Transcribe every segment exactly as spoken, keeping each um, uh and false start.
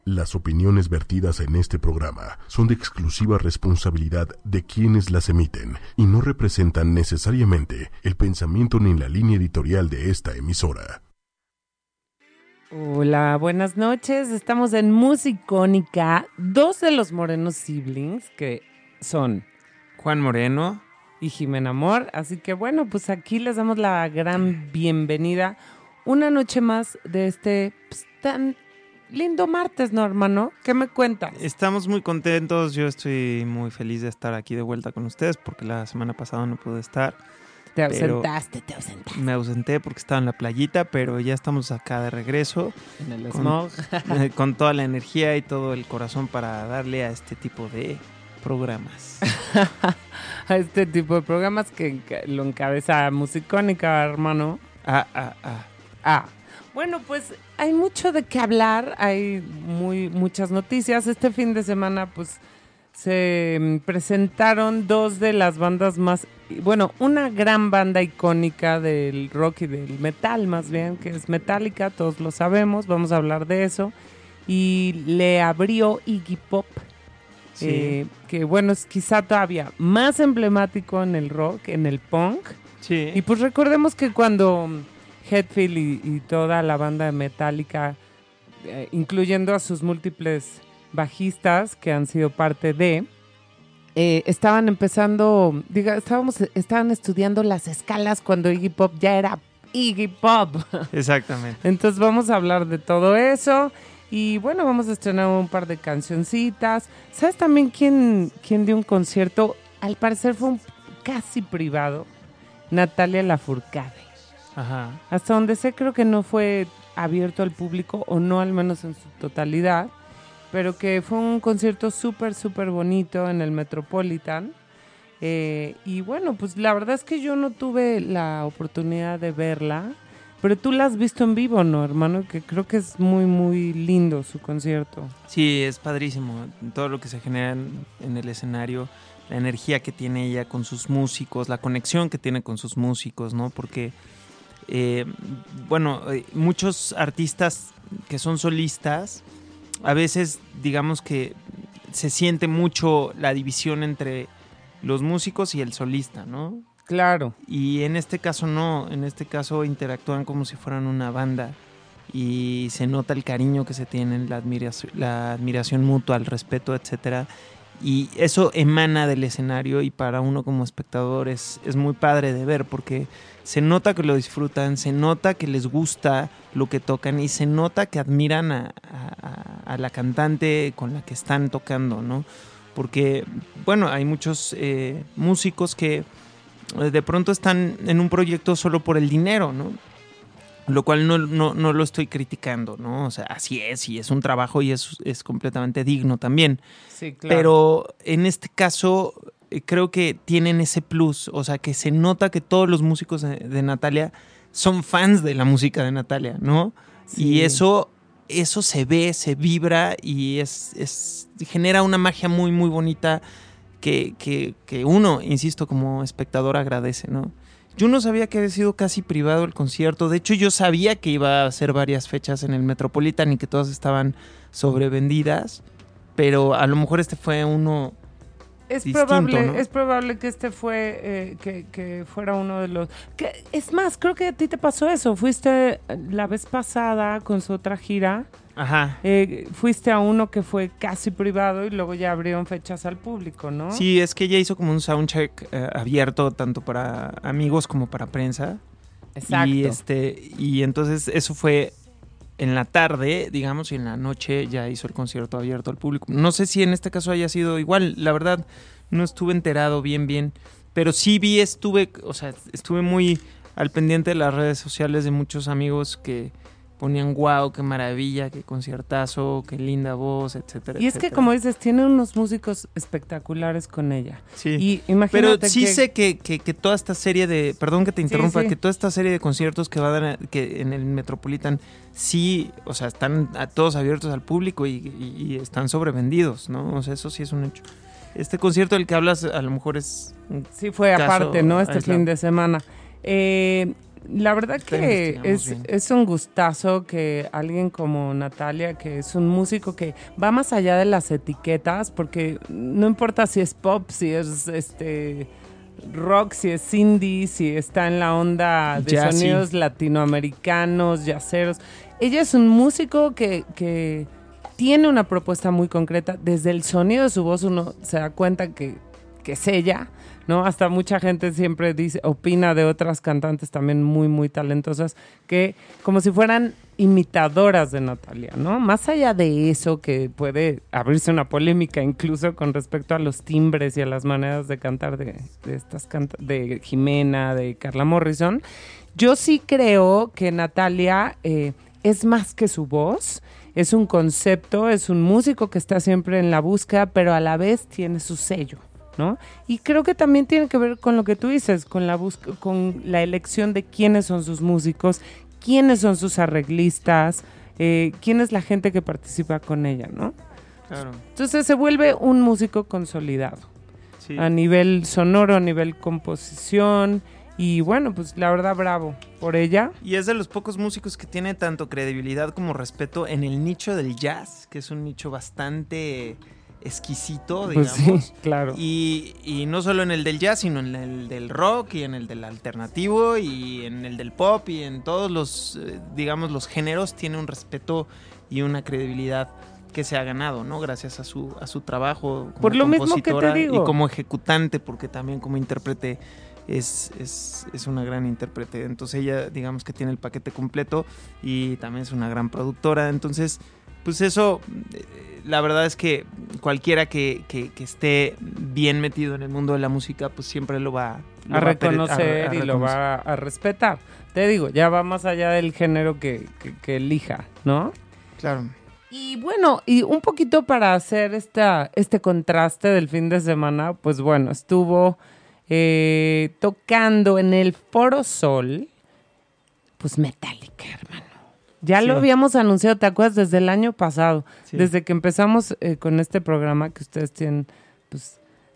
Las opiniones vertidas en este programa son de exclusiva responsabilidad de quienes las emiten y no representan necesariamente el pensamiento ni la línea editorial de esta emisora. Hola, buenas noches. Estamos en Musicónica, dos de los Morenos siblings, que son Juan Moreno y Jimena Amor. Así que bueno, pues aquí les damos la gran bienvenida. Una noche más de este pues, tan lindo martes, ¿no, hermano? ¿Qué me cuentas? Estamos muy contentos, yo estoy muy feliz de estar aquí de vuelta con ustedes porque la semana pasada no pude estar. Te ausentaste, te ausentaste. Me ausenté porque estaba en la playita, pero ya estamos acá de regreso. En el con, smog. con toda la energía y todo el corazón para darle a este tipo de programas. A este tipo de programas que lo encabeza Musicónica, hermano. Ah, ah, ah. Ah. Bueno, pues hay mucho de qué hablar, hay muy muchas noticias. Este fin de semana, pues, se presentaron dos de las bandas más, bueno, una gran banda icónica del rock y del metal, más bien, que es Metallica, todos lo sabemos, vamos a hablar de eso. Y le abrió Iggy Pop, Sí. eh, que bueno, es quizá todavía más emblemático en el rock, en el punk. Sí. Y pues recordemos que cuando Hetfield y, y toda la banda de Metallica, eh, incluyendo a sus múltiples bajistas que han sido parte de, eh, estaban empezando, diga, estábamos, estaban estudiando las escalas cuando Iggy Pop ya era Iggy Pop. Exactamente. Entonces vamos a hablar de todo eso y bueno, vamos a estrenar un par de cancioncitas. ¿Sabes también quién, quién dio un concierto? Al parecer fue un casi privado. Natalia Lafourcade. Ajá. Hasta donde sé, creo que no fue abierto al público, o no al menos en su totalidad, pero que fue un concierto súper, súper bonito en el Metropolitan. Eh, y bueno, pues la verdad es que yo no tuve la oportunidad de verla, pero tú la has visto en vivo, ¿no, hermano? Que creo que es muy, muy lindo su concierto. Sí, es padrísimo. Todo lo que se genera en, en el escenario, la energía que tiene ella con sus músicos, la conexión que tiene con sus músicos, ¿no? Porque Eh, bueno, eh, muchos artistas que son solistas, a veces digamos que se siente mucho la división entre los músicos y el solista, ¿no? Claro. Y en este caso no, en este caso interactúan como si fueran una banda y se nota el cariño que se tienen, la admiración, la admiración mutua, el respeto, etcétera. Y eso emana del escenario y para uno como espectador es, es muy padre de ver porque se nota que lo disfrutan, se nota que les gusta lo que tocan y se nota que admiran a, a, a la cantante con la que están tocando, ¿no? Porque, bueno, hay muchos eh, músicos que de pronto están en un proyecto solo por el dinero, ¿no? Lo cual no, no, no lo estoy criticando, ¿no? O sea, así es, y es un trabajo y es, es completamente digno también. Sí, claro. Pero en este caso eh, creo que tienen ese plus, o sea, que se nota que todos los músicos de, de Natalia son fans de la música de Natalia, ¿no? Sí. Y eso, eso se ve, se vibra y es, es genera una magia muy, muy bonita que, que, que uno, insisto, como espectador agradece, ¿no? Yo no sabía que había sido casi privado el concierto. De hecho, yo sabía que iba a hacer varias fechas en el Metropolitan y que todas estaban sobrevendidas. Pero a lo mejor este fue uno es distinto, probable, ¿no? Es probable que este fue eh, que, que fuera uno de los... Que, es más, creo que a ti te pasó eso. Fuiste la vez pasada con su otra gira. Ajá. Eh, fuiste a uno que fue casi privado y luego ya abrieron fechas al público, ¿no? Sí, es que ella hizo como un soundcheck eh, abierto tanto para amigos como para prensa. Exacto. Y, este, y entonces eso fue en la tarde, digamos, y en la noche ya hizo el concierto abierto al público. No sé si en este caso haya sido igual, la verdad no estuve enterado bien bien, pero sí vi, estuve, o sea, estuve muy al pendiente de las redes sociales de muchos amigos que ponían wow, qué maravilla, qué conciertazo, qué linda voz, etcétera, Y es etcétera. que, como dices, tiene unos músicos espectaculares con ella. Sí. Y imagínate Pero sí que... sé que, que, que toda esta serie de, perdón que te interrumpa, Sí, sí. que toda esta serie de conciertos que va a dar que en el Metropolitan, sí, o sea, están a todos abiertos al público y, y, y están sobrevendidos, ¿no? O sea, eso sí es un hecho. Este concierto del que hablas a lo mejor es un Sí, fue caso aparte, ¿no? Este aislado. fin de semana. Eh, la verdad que es, es un gustazo que alguien como Natalia, que es un músico que va más allá de las etiquetas, porque no importa si es pop, si es este rock, si es indie, si está en la onda de Jazzy, sonidos latinoamericanos, jazzeros. Ella es un músico que, que tiene una propuesta muy concreta. Desde el sonido de su voz uno se da cuenta que, que es ella, ¿no? Hasta mucha gente siempre dice, opina de otras cantantes también muy, muy talentosas, que como si fueran imitadoras de Natalia, ¿no? Más allá de eso, que puede abrirse una polémica incluso con respecto a los timbres y a las maneras de cantar de, de estas canta- de Jimena, de Carla Morrison, yo sí creo que Natalia eh, es más que su voz, es un concepto, es un músico que está siempre en la búsqueda, pero a la vez tiene su sello, ¿no? Y creo que también tiene que ver con lo que tú dices, con la busca, con la elección de quiénes son sus músicos, quiénes son sus arreglistas, eh, quién es la gente que participa con ella, ¿no? Claro. Entonces se vuelve un músico consolidado, sí, a nivel sonoro, a nivel composición, y bueno, pues la verdad, bravo por ella. Y es de los pocos músicos que tiene tanto credibilidad como respeto en el nicho del jazz, que es un nicho bastante exquisito, digamos. Pues sí, claro. Y, y no solo en el del jazz, sino en el del rock y en el del alternativo y en el del pop y en todos los, eh, digamos, los géneros, tiene un respeto y una credibilidad que se ha ganado, ¿no? Gracias a su, a su trabajo como Por lo mismo que compositora te digo. Y como ejecutante, porque también como intérprete es, es, es una gran intérprete. Entonces ella, digamos que tiene el paquete completo y también es una gran productora. Entonces, pues eso, la verdad es que cualquiera que, que, que esté bien metido en el mundo de la música, pues siempre lo va, lo a va reconocer a, a, a y reconocer. lo va a respetar. Te digo, ya va más allá del género que, que, que elija, ¿no? Claro. Y bueno, y un poquito para hacer esta, este contraste del fin de semana, pues bueno, estuvo eh, tocando en el Foro Sol, pues Metallica, hermano. Ya sí. Lo habíamos anunciado, ¿te acuerdas? Desde el año pasado, sí. Desde que empezamos eh, con este programa que ustedes tienen, pues,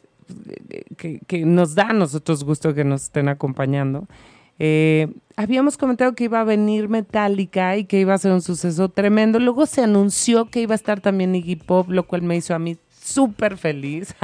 que, que nos da a nosotros gusto que nos estén acompañando. Eh, habíamos comentado que iba a venir Metallica y que iba a ser un suceso tremendo. Luego se anunció que iba a estar también Iggy Pop, lo cual me hizo a mí súper feliz.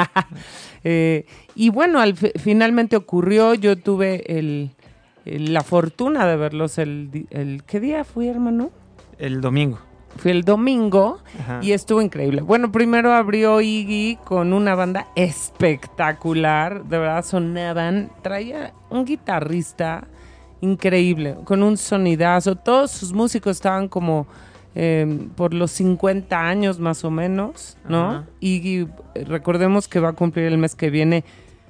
eh, y bueno, al, finalmente ocurrió. Yo tuve el... la fortuna de verlos el, el... ¿Qué día fui, hermano? El domingo. Fui el domingo. Ajá. Y estuvo increíble. Bueno, primero abrió Iggy con una banda espectacular. De verdad, sonaban. Traía un guitarrista increíble, con un sonidazo. Todos sus músicos estaban como eh, por los cincuenta años más o menos, ¿no? Ajá. Iggy, recordemos que va a cumplir el mes que viene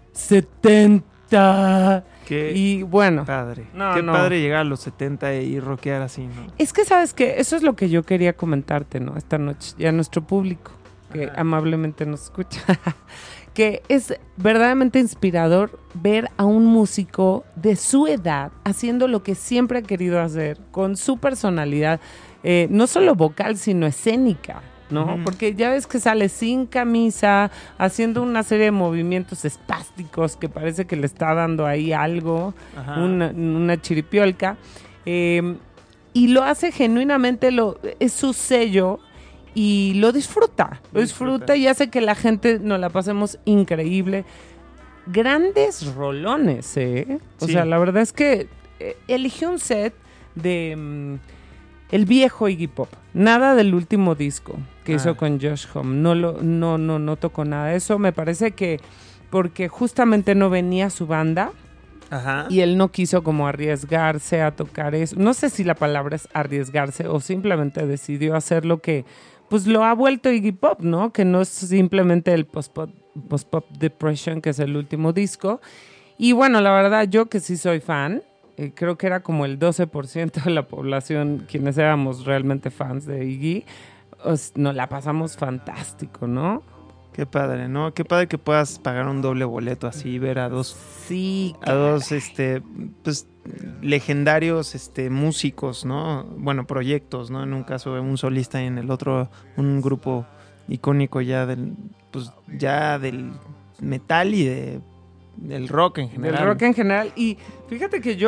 setenta. Qué y bueno, padre. No, Qué no. padre llegar a los setenta y rockear así, ¿no? Es que, ¿sabes qué? Eso es lo que yo quería comentarte, ¿no? Esta noche, y a nuestro público, que Ajá. amablemente nos escucha. Que es verdaderamente inspirador ver a un músico de su edad haciendo lo que siempre ha querido hacer, con su personalidad, eh, no solo vocal, sino escénica, ¿no? Uh-huh. Porque ya ves que sale sin camisa, haciendo una serie de movimientos espásticos que parece que le está dando ahí algo, una, una chiripiolca, eh, y lo hace genuinamente, lo, es su sello, y lo disfruta, lo disfruta, disfruta y hace que la gente nos la pasemos increíble. Grandes rolones, ¿eh? O sí. sea, la verdad es que eh, eligió un set de... Um, el viejo Iggy Pop, nada del último disco que ah. hizo con Josh Homme, no, lo, no, no, no tocó nada de eso. Me parece que porque justamente no venía su banda. Ajá. Y él no quiso como arriesgarse a tocar eso. No sé si la palabra es arriesgarse o simplemente decidió hacer lo que pues lo ha vuelto Iggy Pop, ¿no? Que no es simplemente el Post-Pop, Post-Pop Depression, que es el último disco. Y bueno, la verdad, yo que sí soy fan, eh, creo que era como el doce por ciento de la población quienes éramos realmente fans de Iggy, os, nos la pasamos fantástico, ¿no? Qué padre, ¿no? Qué padre que puedas pagar un doble boleto así, ver a dos, sí, a dos, este, pues, legendarios, este, músicos, ¿no? Bueno, proyectos, ¿no? En un caso un solista y en el otro un grupo icónico ya del, pues, ya del metal y de, del rock en general. Del rock en general. Y fíjate que yo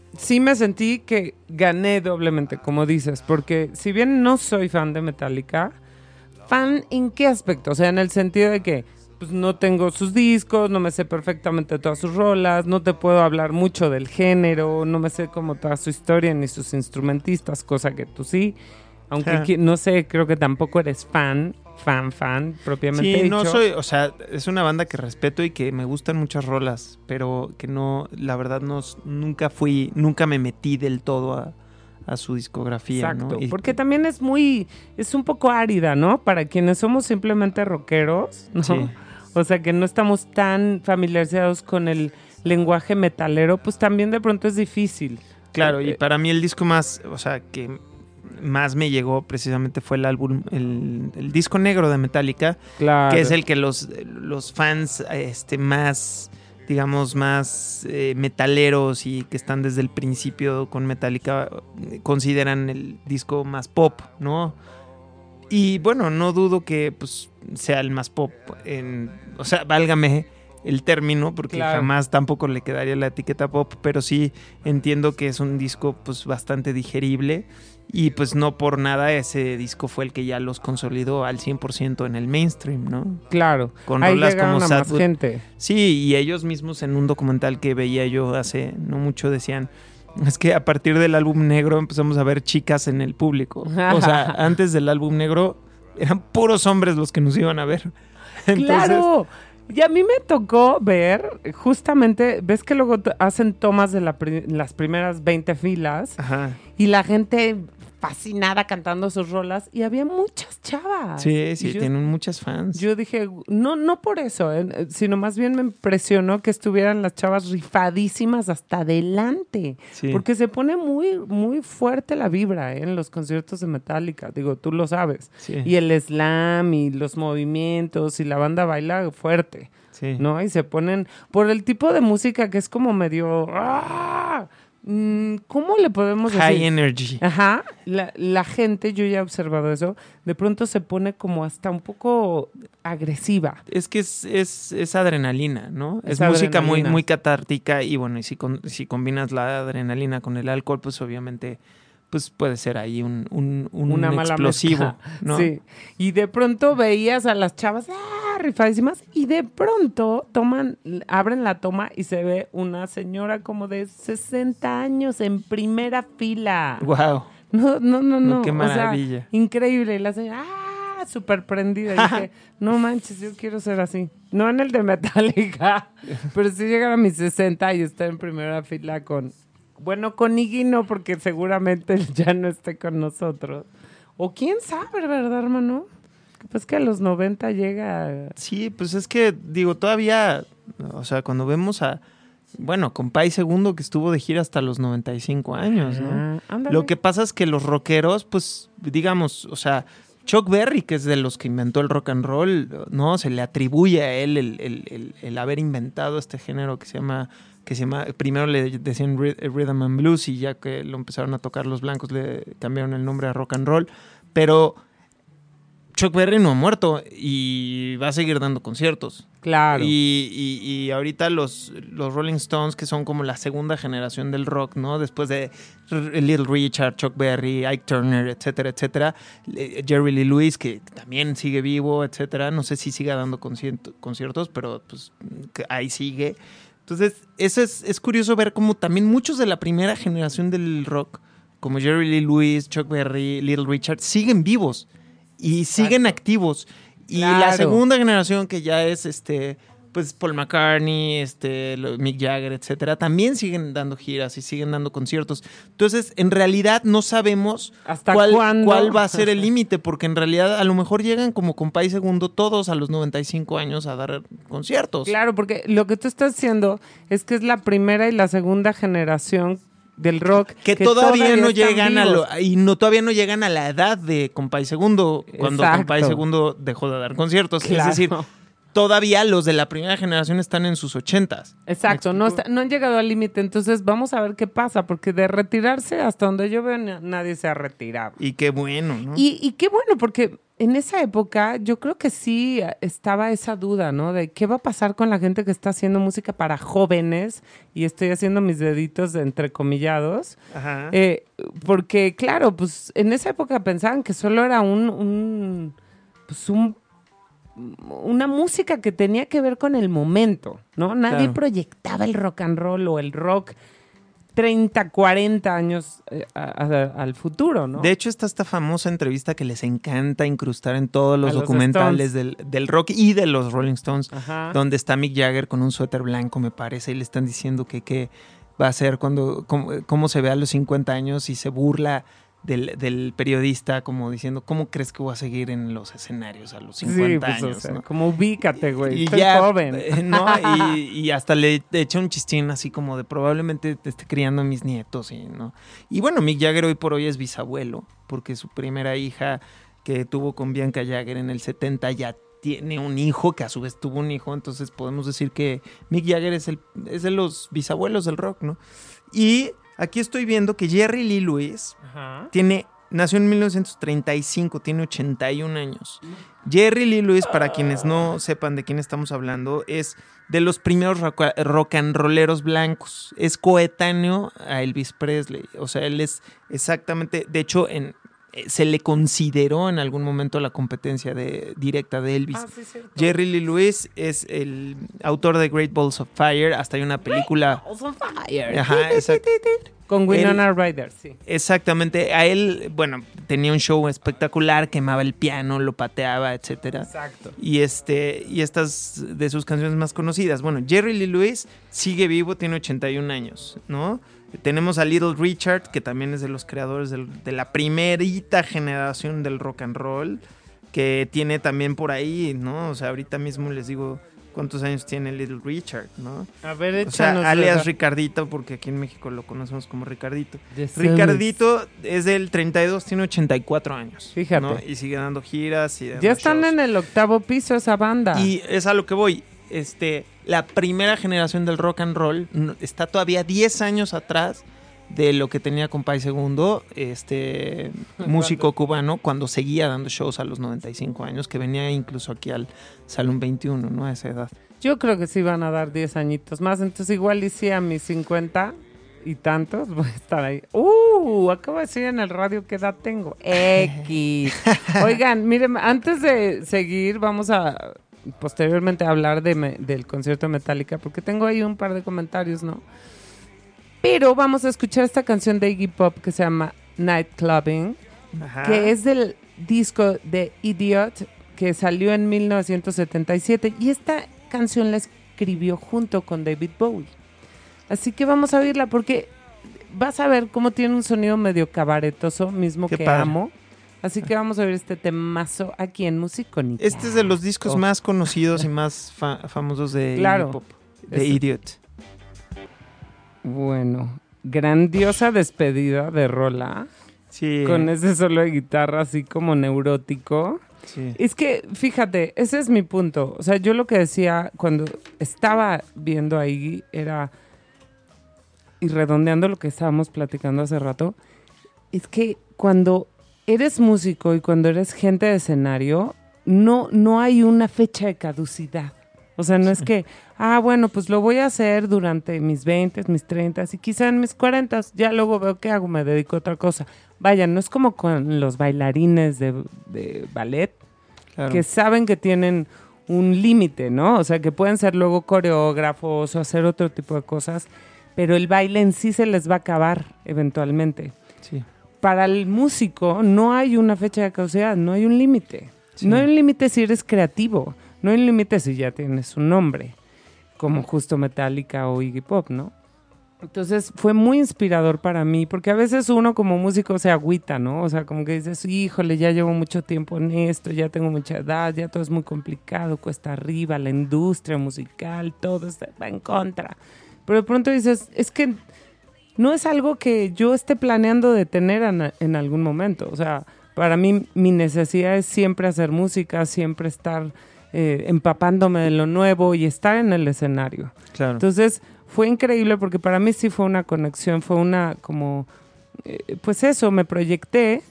sí me sentí que gané doblemente, como dices, porque si bien no soy fan de Metallica, ¿fan en qué aspecto? O sea, en el sentido de que pues, no tengo sus discos, no me sé perfectamente todas sus rolas, no te puedo hablar mucho del género, no me sé como toda su historia ni sus instrumentistas, cosa que tú sí. Aunque Ja. qui- no sé, creo que tampoco eres fan, fan, fan, propiamente Sí, dicho. no soy, o sea, es una banda que respeto y que me gustan muchas rolas, pero que no, la verdad no, nunca fui, nunca me metí del todo a, a su discografía, Exacto, ¿no? Y- porque también es muy, es un poco árida, ¿no? Para quienes somos simplemente rockeros, ¿no? Sí. O sea, que no estamos tan familiarizados con el lenguaje metalero, pues también de pronto es difícil. Claro, y Eh, para mí el disco más, o sea, que más me llegó precisamente fue el álbum, el, el disco negro de Metallica, Claro. que es el que los, los fans este, más, digamos, más eh, metaleros y que están desde el principio con Metallica eh, consideran el disco más pop, ¿no? Y bueno, no dudo que pues, sea el más pop, en, o sea, válgame el término, porque Claro. jamás tampoco le quedaría la etiqueta pop, pero sí entiendo que es un disco pues bastante digerible y pues no por nada ese disco fue el que ya los consolidó al cien por ciento en el mainstream, ¿no? Claro, Con ahí rolas llegaron como a Sad más But- gente. Sí, y ellos mismos en un documental que veía yo hace no mucho decían, es que a partir del álbum negro empezamos a ver chicas en el público. O sea, antes del álbum negro eran puros hombres los que nos iban a ver. Entonces, ¡Claro! Y a mí me tocó ver, justamente, ves que luego t- hacen tomas de la pri- las primeras veinte filas Ajá. y la gente fascinada cantando sus rolas y había muchas chavas. Sí, Y sí, yo, tienen muchas fans. yo dije, no, no por eso, eh, sino más bien me impresionó que estuvieran las chavas rifadísimas hasta adelante. Sí. Porque se pone muy, muy fuerte la vibra eh, en los conciertos de Metallica. Digo, tú lo sabes. Sí. Y el slam y los movimientos y la banda baila fuerte, Sí. ¿no? Y se ponen por el tipo de música que es como medio... ¡ah! Mm, ¿Cómo le podemos decir? High energy. Ajá, la, la gente, yo ya he observado eso, de pronto se pone como hasta un poco agresiva. Es que es, es, es adrenalina, ¿no? Es Es, música muy, adrenalina. muy catártica y bueno, y si, con- si combinas la adrenalina con el alcohol, pues obviamente pues puede ser ahí un, un, un Una mala explosivo, mezcla. ¿no? Sí, y de pronto veías a las chavas ¡ah! Rifadísimas y de pronto toman, abren la toma y se ve una señora como de sesenta años en primera fila. Wow. No, no, no, no. No, qué o sea, maravilla. increíble. Y la señora, ¡ah! Súper prendida. Y dije, no manches, yo quiero ser así. No en el de Metallica, pero sí llegar a mis sesenta y estar en primera fila con... Bueno, con Iggy no, porque seguramente él ya no esté con nosotros. O quién sabe, ¿verdad, hermano? Pues que a los noventa llega... Sí, pues es que, digo, todavía, o sea, cuando vemos a, bueno, Compay Segundo que estuvo de gira hasta los noventa y cinco años, ¿no? Ah, ándale. Lo que pasa es que los rockeros, pues, digamos, o sea, Chuck Berry, que es de los que inventó el rock and roll, ¿no? Se le atribuye a él el, el, el, el haber inventado este género que se llama... que se llama, primero le decían Rhythm and Blues y ya que lo empezaron a tocar los blancos le cambiaron el nombre a rock and roll, pero Chuck Berry no ha muerto y va a seguir dando conciertos. Claro. Y, y, y ahorita los, los Rolling Stones, que son como la segunda generación del rock, ¿no? Después de R- Little Richard, Chuck Berry, Ike Turner, etcétera, etcétera. Eh, Jerry Lee Lewis, que también sigue vivo, etcétera. No sé si siga dando concierto- conciertos, pero pues que ahí sigue. Entonces, eso es, es curioso ver cómo también muchos de la primera generación del rock, como Jerry Lee Lewis, Chuck Berry, Little Richard, siguen vivos y siguen activos. Y la Claro. segunda generación, que ya es este, pues Paul McCartney, este, lo- Mick Jagger, etcétera, también siguen dando giras y siguen dando conciertos. Entonces, en realidad no sabemos ¿Hasta cuál, cuándo? cuál va a ser el límite, porque en realidad a lo mejor llegan como Compay Segundo todos a los noventa y cinco años a dar conciertos. Claro, porque lo que tú estás diciendo es que es la primera y la segunda generación del rock Que, todavía, no están llegan a vivos. lo, y no todavía no llegan a la edad de Compay Segundo, cuando Exacto. Compay Segundo dejó de dar conciertos. Claro. Es decir, todavía los de la primera generación están en sus ochentas. Exacto, ¿Me no, explico? está- no han llegado al límite, entonces vamos a ver qué pasa, porque de retirarse hasta donde yo veo na- nadie se ha retirado. Y qué bueno, ¿no? Y, y qué bueno, porque en esa época yo creo que sí estaba esa duda, ¿no? De qué va a pasar con la gente que está haciendo música para jóvenes, y estoy haciendo mis deditos entrecomillados. Ajá. Eh, porque, claro, pues en esa época pensaban que solo era un, un, pues un una música que tenía que ver con el momento, ¿no? Nadie Claro. proyectaba el rock and roll o el rock treinta, cuarenta años eh, a, a, al futuro, ¿no? De hecho, está esta famosa entrevista que les encanta incrustar en todos los A los documentales del, del rock y de los Rolling Stones, Ajá. donde está Mick Jagger con un suéter blanco, me parece, y le están diciendo que qué va a ser cuando, cómo, cómo se ve a los cincuenta años, y se burla del, del periodista como diciendo, ¿cómo crees que voy a seguir en los escenarios a los cincuenta sí, pues, años? O sea, ¿no? como ubícate, güey, Y estoy ya, joven. eh, ¿no? Y, y hasta le echa un chistín así como de probablemente te esté criando a mis nietos, y, ¿no? Y bueno, Mick Jagger hoy por hoy es bisabuelo, porque su primera hija que tuvo con Bianca Jagger en el setenta ya tiene un hijo, que a su vez tuvo un hijo, entonces podemos decir que Mick Jagger es, el, es de los bisabuelos del rock, ¿no? Y aquí estoy viendo que Jerry Lee Lewis Ajá. tiene... Nació en mil novecientos treinta y cinco, tiene ochenta y un años. Jerry Lee Lewis, para quienes no sepan de quién estamos hablando, es de los primeros rock, rock and rolleros blancos. Es coetáneo a Elvis Presley. O sea, él es exactamente... De hecho, en, se le consideró en algún momento la competencia de, directa de Elvis. Ah, sí, cierto. Jerry Lee Lewis es el autor de Great Balls of Fire. Hasta hay una película... Balls of Fire. Ajá, exacto. Con Winona Ryder, sí. Exactamente. A él, bueno, tenía un show espectacular, quemaba el piano, lo pateaba, etcétera. Exacto. Y este, y estas de sus canciones más conocidas. Bueno, Jerry Lee Lewis sigue vivo, tiene ochenta y un años, ¿no? Tenemos a Little Richard, que también es de los creadores del, de la primerita generación del rock and roll, que tiene también por ahí, ¿no? O sea, ahorita mismo les digo cuántos años tiene Little Richard, ¿no? A ver, O échanos. sea, alias ¿verdad? Ricardito, porque aquí en México lo conocemos como Ricardito. Yes, Ricardito es del treinta y dos, tiene ochenta y cuatro años. Fíjate. ¿no? Y sigue dando giras y demás Ya están shows. en el octavo piso esa banda. Y es a lo que voy. Este, la primera generación del rock and roll no- está todavía diez años atrás de lo que tenía Compay Segundo, este músico cubano, cuando seguía dando shows a los noventa y cinco años, que venía incluso aquí al Salón veintiuno, ¿no? A esa edad. Yo creo que sí van a dar diez añitos más. Entonces igual y sí a mis cincuenta y tantos voy a estar ahí. ¡Uh! Acabo de decir en el radio qué edad tengo. X. Oigan, miren, antes de seguir vamos a posteriormente a hablar de me- del concierto de Metallica, porque tengo ahí un par de comentarios, ¿no? Pero vamos a escuchar esta canción de Iggy Pop que se llama Night Clubbing, Ajá. que es del disco de Idiot, que salió en mil novecientos setenta y siete, y esta canción la escribió junto con David Bowie. Así que vamos a oírla porque vas a ver cómo tiene un sonido medio cabaretoso, mismo Qué que padre. amo. Así que vamos a ver este temazo aquí en Musicónica. Este es de los discos Oh. más conocidos y más fa- famosos de Claro. Iggy Pop, de Ese- Idiot. Bueno, grandiosa despedida de rola, Sí. con ese solo de guitarra así como neurótico. sí. Es que, fíjate, ese es mi punto. O sea, yo lo que decía cuando estaba viendo ahí era, y redondeando lo que estábamos platicando hace rato, es que cuando eres músico y cuando eres gente de escenario, no, no hay una fecha de caducidad. O sea, no es que, ah, bueno, pues lo voy a hacer durante mis veinte, mis treinta y quizá en mis cuarenta, ya luego veo qué hago, me dedico a otra cosa. Vaya, no es como con los bailarines de, de ballet, Claro. que saben que tienen un límite, ¿no? O sea, que pueden ser luego coreógrafos o hacer otro tipo de cosas, pero el baile en sí se les va a acabar eventualmente. Sí. Para el músico no hay una fecha de caducidad, no hay un límite. Sí. No hay un límite si eres creativo, no hay un límite si ya tienes un nombre, como justo Metallica o Iggy Pop, ¿no? Entonces fue muy inspirador para mí, porque a veces uno como músico se agüita, ¿no? O sea, como que dices, híjole, ya llevo mucho tiempo en esto, ya tengo mucha edad, ya todo es muy complicado, cuesta arriba, la industria musical, todo está, va en contra. Pero de pronto dices, es que no es algo que yo esté planeando de tener en, en algún momento. O sea, para mí mi necesidad es siempre hacer música, siempre estar eh, empapándome de lo nuevo y estar en el escenario. Claro. Entonces fue increíble porque para mí sí fue una conexión, fue una como, eh, pues eso, me proyecté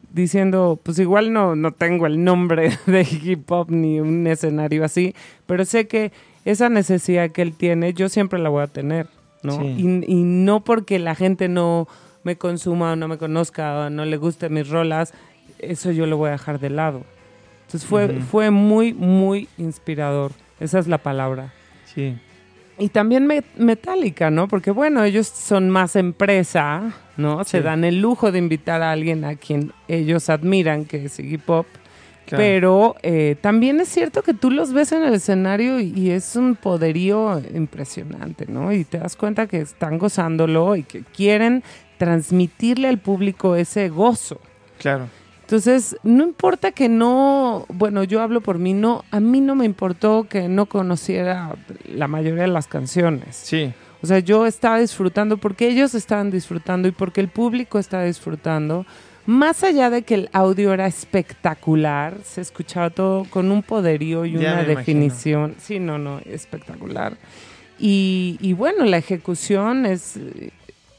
diciendo, pues igual no, no tengo el nombre de Iggy Pop ni un escenario así, pero sé que esa necesidad que él tiene, yo siempre la voy a tener, ¿no? Sí. Y, y no porque la gente no me consuma o no me conozca o no le gusten mis rolas, eso yo lo voy a dejar de lado. Entonces fue, uh-huh. fue muy, muy inspirador. Esa es la palabra. Sí. Y también me- Metallica, ¿no? Porque, bueno, ellos son más empresa, ¿no? Sí. Se dan el lujo de invitar a alguien a quien ellos admiran, que es Iggy Pop. Claro. Pero eh, también es cierto que tú los ves en el escenario y, y es un poderío impresionante, ¿no? Y te das cuenta que están gozándolo y que quieren transmitirle al público ese gozo. Claro. Entonces, no importa que no, bueno, yo hablo por mí, no, a mí no me importó que no conociera la mayoría de las canciones. Sí. O sea, yo estaba disfrutando porque ellos estaban disfrutando y porque el público estaba disfrutando. Más allá de que el audio era espectacular, se escuchaba todo con un poderío y Ya una me definición. imagino. Sí, no, no, espectacular. Y, y bueno, la ejecución es eh,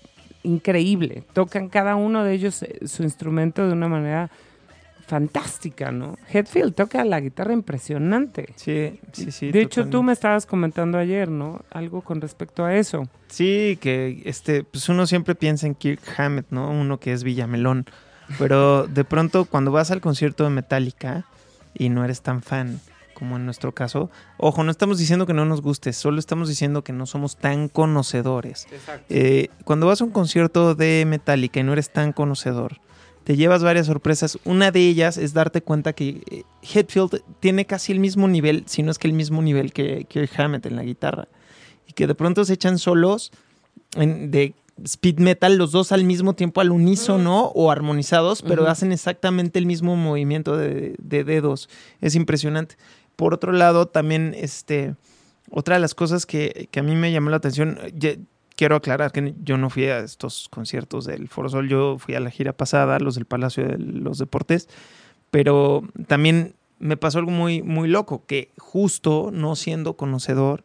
increíble. Tocan cada uno de ellos eh, su instrumento de una manera fantástica, ¿no? Hetfield toca la guitarra impresionante. Sí, sí, sí. De hecho, totalmente. tú me estabas comentando ayer, ¿no? Algo con respecto a eso. Sí, que este, pues uno siempre piensa en Kirk Hammett, ¿no? Uno que es Villamelón. Pero de pronto cuando vas al concierto de Metallica y no eres tan fan como en nuestro caso, ojo, no estamos diciendo que no nos guste, solo estamos diciendo que no somos tan conocedores. Exacto. Eh, cuando vas a un concierto de Metallica y no eres tan conocedor, te llevas varias sorpresas. Una de ellas es darte cuenta que eh, Hetfield tiene casi el mismo nivel, si no es que el mismo nivel que Kirk Hammett en la guitarra. Y que de pronto se echan solos en, de speed metal, los dos al mismo tiempo, al unísono uh-huh. o armonizados, pero uh-huh. hacen exactamente el mismo movimiento de, de dedos. Es impresionante. Por otro lado, también este, otra de las cosas que, que a mí me llamó la atención, ya, quiero aclarar que yo no fui a estos conciertos del Foro Sol, yo fui a la gira pasada, los del Palacio de los Deportes, pero también me pasó algo muy, muy loco, que justo no siendo conocedor,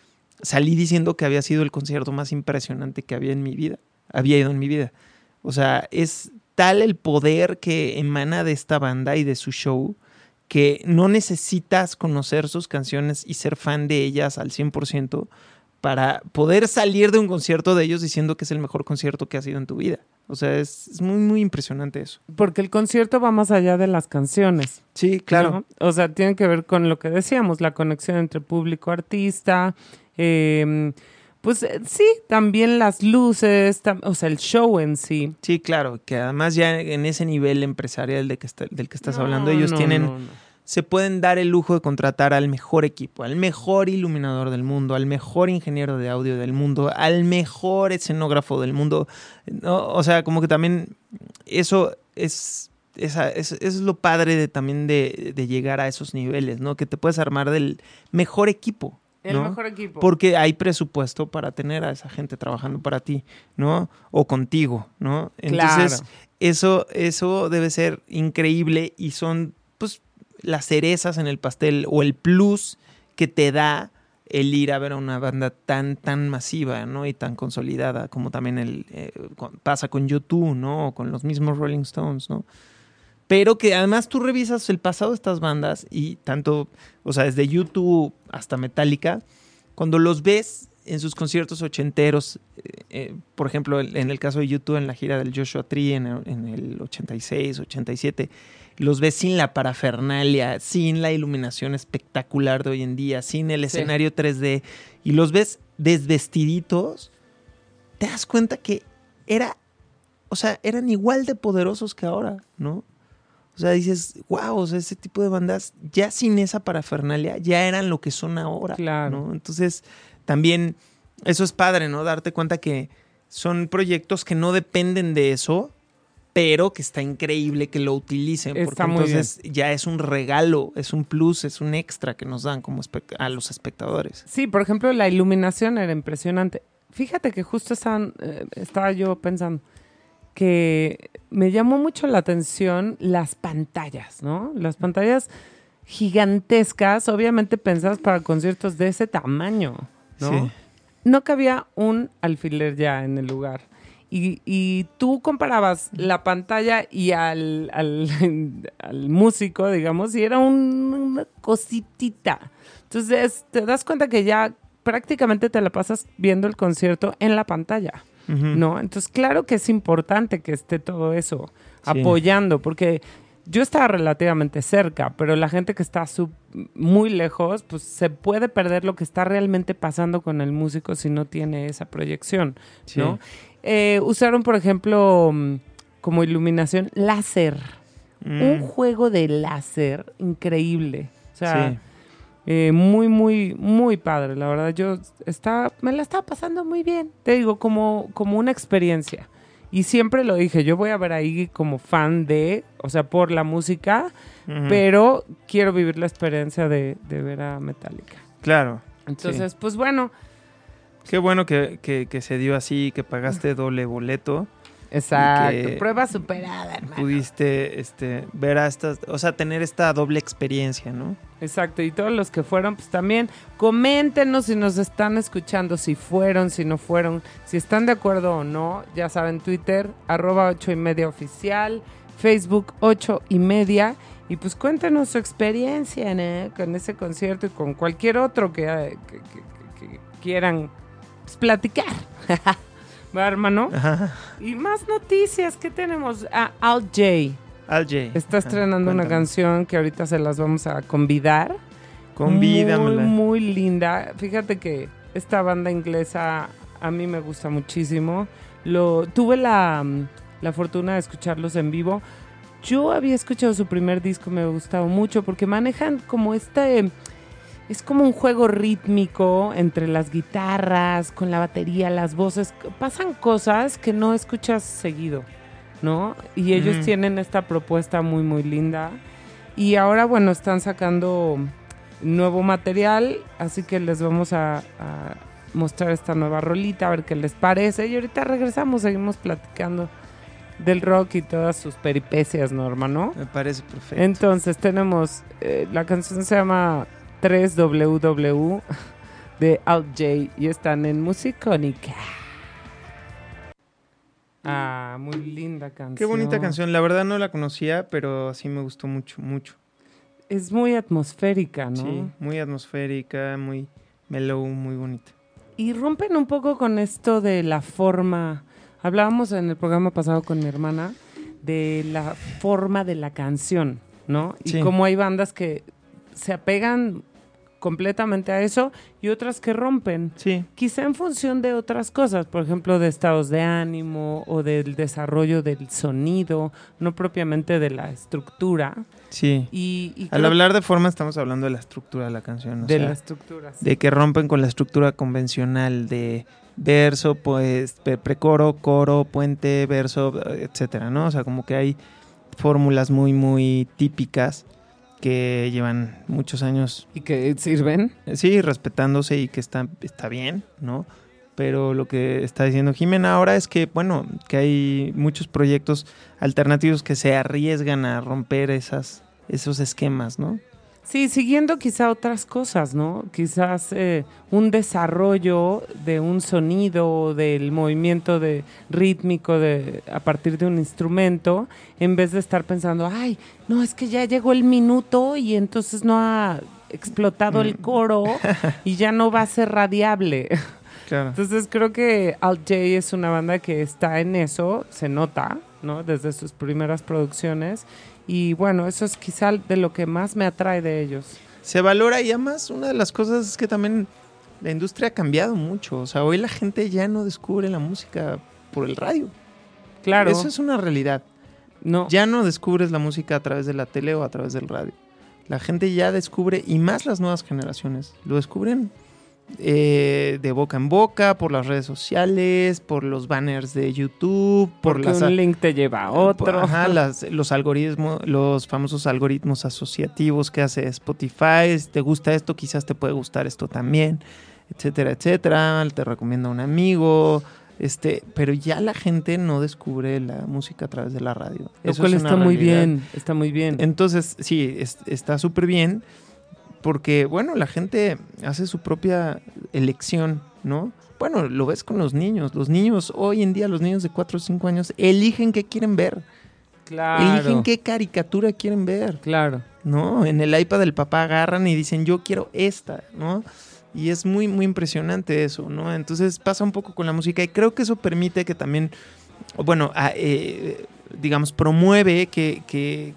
salí diciendo que había sido el concierto más impresionante que había en mi vida, había ido en mi vida. O sea, es tal el poder que emana de esta banda y de su show que no necesitas conocer sus canciones y ser fan de ellas al cien por ciento para poder salir de un concierto de ellos diciendo que es el mejor concierto que ha sido en tu vida. O sea, es, es muy, muy impresionante eso. Porque el concierto va más allá de las canciones. Sí, claro. ¿No? O sea, tiene que ver con lo que decíamos, la conexión entre público-artista. Eh, pues sí, también las luces, tam- o sea, el show en sí. Sí, claro, que además ya en ese nivel empresarial de que está, del que estás No, hablando, ellos no, tienen, no, no. se pueden dar el lujo de contratar al mejor equipo, al mejor iluminador del mundo, al mejor ingeniero de audio del mundo, al mejor escenógrafo del mundo. No, o sea, como que también eso es... Esa, es, es lo padre de, también de, de llegar a esos niveles, ¿no? Que te puedes armar del mejor equipo. El ¿no? mejor equipo. Porque hay presupuesto para tener a esa gente trabajando para ti, ¿no? O contigo, ¿no? Entonces, Claro. eso, eso debe ser increíble y son, pues, las cerezas en el pastel o el plus que te da el ir a ver a una banda tan, tan masiva, ¿no? Y tan consolidada como también el, eh, pasa con U dos, ¿no? O con los mismos Rolling Stones, ¿no? Pero que además tú revisas el pasado de estas bandas y tanto, o sea, desde U dos hasta Metallica, cuando los ves en sus conciertos ochenteros, eh, eh, por ejemplo, en el caso de U dos en la gira del Joshua Tree en el, en el ochenta y seis, ochenta y siete, los ves sin la parafernalia, sin la iluminación espectacular de hoy en día, sin el Sí. escenario tres D, y los ves desvestiditos, te das cuenta que era, o sea, eran igual de poderosos que ahora, ¿no? O sea, dices, wow, o sea, ese tipo de bandas ya sin esa parafernalia ya eran lo que son ahora, Claro. ¿no? Entonces, también eso es padre, ¿no? Darte cuenta que son proyectos que no dependen de eso, pero que está increíble que lo utilicen, Está porque muy entonces ya es un regalo, es un plus, es un extra que nos dan como espe- a los espectadores. Sí, por ejemplo, la iluminación era impresionante. Fíjate que justo estaban, eh, estaba yo pensando que me llamó mucho la atención las pantallas, ¿no? Las pantallas gigantescas, obviamente pensadas para conciertos de ese tamaño, ¿no? Sí. No cabía un alfiler ya en el lugar. Y, y tú comparabas la pantalla y al, al, al músico, digamos, y era un, una cositita. Entonces te das cuenta que ya prácticamente te la pasas viendo el concierto en la pantalla, uh-huh. ¿no? Entonces claro que es importante que esté todo eso sí. apoyando, porque yo estaba relativamente cerca, pero la gente que está sub, muy lejos, pues se puede perder lo que está realmente pasando con el músico si no tiene esa proyección, sí. ¿no? Eh, usaron, por ejemplo, como iluminación láser. Mm. Un juego de láser increíble. O sea, sí. eh, muy, muy, muy padre. La verdad, yo estaba, me la estaba pasando muy bien. Te digo, como, como una experiencia. Y siempre lo dije, yo voy a ver ahí como fan de, o sea, por la música, uh-huh. pero quiero vivir la experiencia de, de ver a Metallica. Claro. Entonces, sí. pues bueno. Qué bueno que, que, que se dio así, que pagaste doble boleto. Exacto, prueba superada, hermano. Pudiste este, ver a estas, o sea, tener esta doble experiencia, ¿no? Exacto, y todos los que fueron, pues también coméntenos si nos están escuchando, si fueron, si no fueron, si están de acuerdo o no. Ya saben, Twitter, arroba ocho y media oficial, Facebook ocho y media. Y pues cuéntenos su experiencia, ¿no? Con ese concierto y con cualquier otro que, que, que, que quieran pues, platicar. ¿Va, hermano? Ajá. Y más noticias, ¿qué tenemos? Ah, Al Jay. Al Jay. Está estrenando Ajá, una canción que ahorita se las vamos a convidar. Convídamela. Muy, muy linda. Fíjate que esta banda inglesa a mí me gusta muchísimo. Lo, tuve la, la fortuna de escucharlos en vivo. Yo había escuchado su primer disco, me gustaba mucho porque manejan como este... Es como un juego rítmico entre las guitarras, con la batería, las voces. Pasan cosas que no escuchas seguido, ¿no? Y ellos mm. tienen esta propuesta muy, muy linda. Y ahora, bueno, están sacando nuevo material, así que les vamos a, a mostrar esta nueva rolita, a ver qué les parece. Y ahorita regresamos, seguimos platicando del rock y todas sus peripecias, ¿no, hermano? Me parece perfecto. Entonces tenemos, eh, la canción se llama... tres doble u doble u de Al Jay y están en Musicónica. Ah, muy linda canción. Qué bonita canción, la verdad no la conocía, pero sí me gustó mucho, mucho. Es muy atmosférica, ¿no? Sí, muy atmosférica, muy mellow, muy bonita. Y rompen un poco con esto de la forma, hablábamos en el programa pasado con mi hermana, de la forma de la canción, ¿no? Y sí. Cómo hay bandas que se apegan completamente a eso y otras que rompen. Sí. Quizá en función de otras cosas, por ejemplo, de estados de ánimo o del desarrollo del sonido, no propiamente de la estructura. Sí. Y, y Al hablar de forma estamos hablando de la estructura de la canción. O de sea, la estructura. Sí. De que rompen con la estructura convencional de verso, pues precoro, coro, puente, verso, etcétera, ¿no? O sea, como que hay fórmulas muy, muy típicas que llevan muchos años. ¿Y que sirven? Sí, respetándose y que está, está bien, ¿no? Pero lo que está diciendo Jimena ahora es que, bueno, que hay muchos proyectos alternativos que se arriesgan a romper esas, esos esquemas, ¿no? Sí, siguiendo quizá otras cosas, ¿no? Quizás eh, un desarrollo de un sonido, del movimiento de, rítmico de, a partir de un instrumento, en vez de estar pensando, ay, no, es que ya llegó el minuto y entonces no ha explotado el coro y ya no va a ser radiable. Claro. Entonces creo que Al Jay es una banda que está en eso, se nota, ¿no? Desde sus primeras producciones. Y bueno, eso es quizá de lo que más me atrae de ellos. Se valora y además una de las cosas es que también la industria ha cambiado mucho. O sea, hoy la gente ya no descubre la música por el radio. Claro. Eso es una realidad. No. Ya no descubres la música a través de la tele o a través del radio. La gente ya descubre, y más las nuevas generaciones, lo descubren eh, de boca en boca, por las redes sociales, por los banners de YouTube, por porque las, un link te lleva a otro. Por, ajá, las, los algoritmos, los famosos algoritmos asociativos que hace Spotify. Si te gusta esto, quizás te puede gustar esto también, etcétera, etcétera. Te recomiendo a un amigo. Este, pero ya la gente no descubre la música a través de la radio. Lo Eso cual es una está muy realidad. bien, está muy bien. Entonces, sí, es, está súper bien porque, bueno, la gente hace su propia elección ¿no? Bueno, lo ves con los niños. Los niños, hoy en día, los niños de cuatro o cinco años, eligen qué quieren ver. Claro. Eligen qué caricatura quieren ver. Claro. ¿No? En el iPad del papá agarran y dicen, yo quiero esta, ¿no? Y es muy, muy impresionante eso, ¿no? Entonces pasa un poco con la música y creo que eso permite que también, bueno, a, eh, digamos, promueve que, que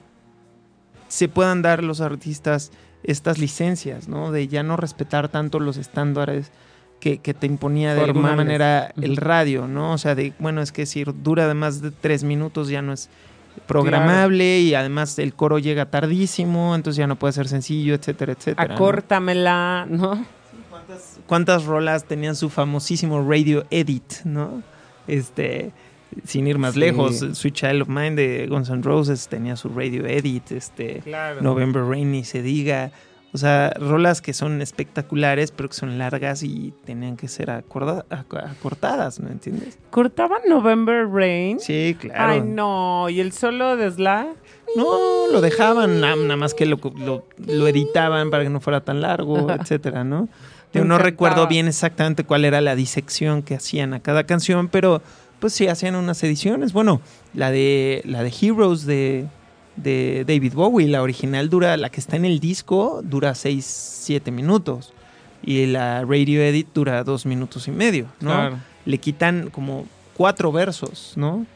se puedan dar los artistas estas licencias, ¿no? De ya no respetar tanto los estándares que, que te imponía de Formales. alguna manera Uh-huh. el radio, ¿no? O sea, de, bueno, es que si dura de más de tres minutos ya no es programable, claro. Y además el coro llega tardísimo, entonces ya no puede ser sencillo, etcétera, etcétera. Acórtamela, ¿no? ¿no? ¿Cuántas, cuántas rolas tenían su famosísimo radio edit, ¿no? Este... Sin ir más sí. lejos, Sweet Child of Mine de Guns N' Roses tenía su radio edit, este, claro. November Rain ni se diga. O sea, rolas que son espectaculares, pero que son largas y tenían que ser acorda- acortadas, ¿no entiendes? ¿Cortaban November Rain? Sí, claro. Ay, no, ¿y el solo de Slash? No, lo dejaban, nada más que lo, lo, lo editaban para que no fuera tan largo, etcétera, ¿no? Yo no recuerdo bien exactamente cuál era la disección que hacían a cada canción, pero pues sí, hacían unas ediciones. Bueno, la de la de Heroes de, de David Bowie, la original dura, la que está en el disco, dura seis, siete minutos. Y la radio edit dura dos minutos y medio, ¿no? Claro. Le quitan como cuatro versos, ¿no?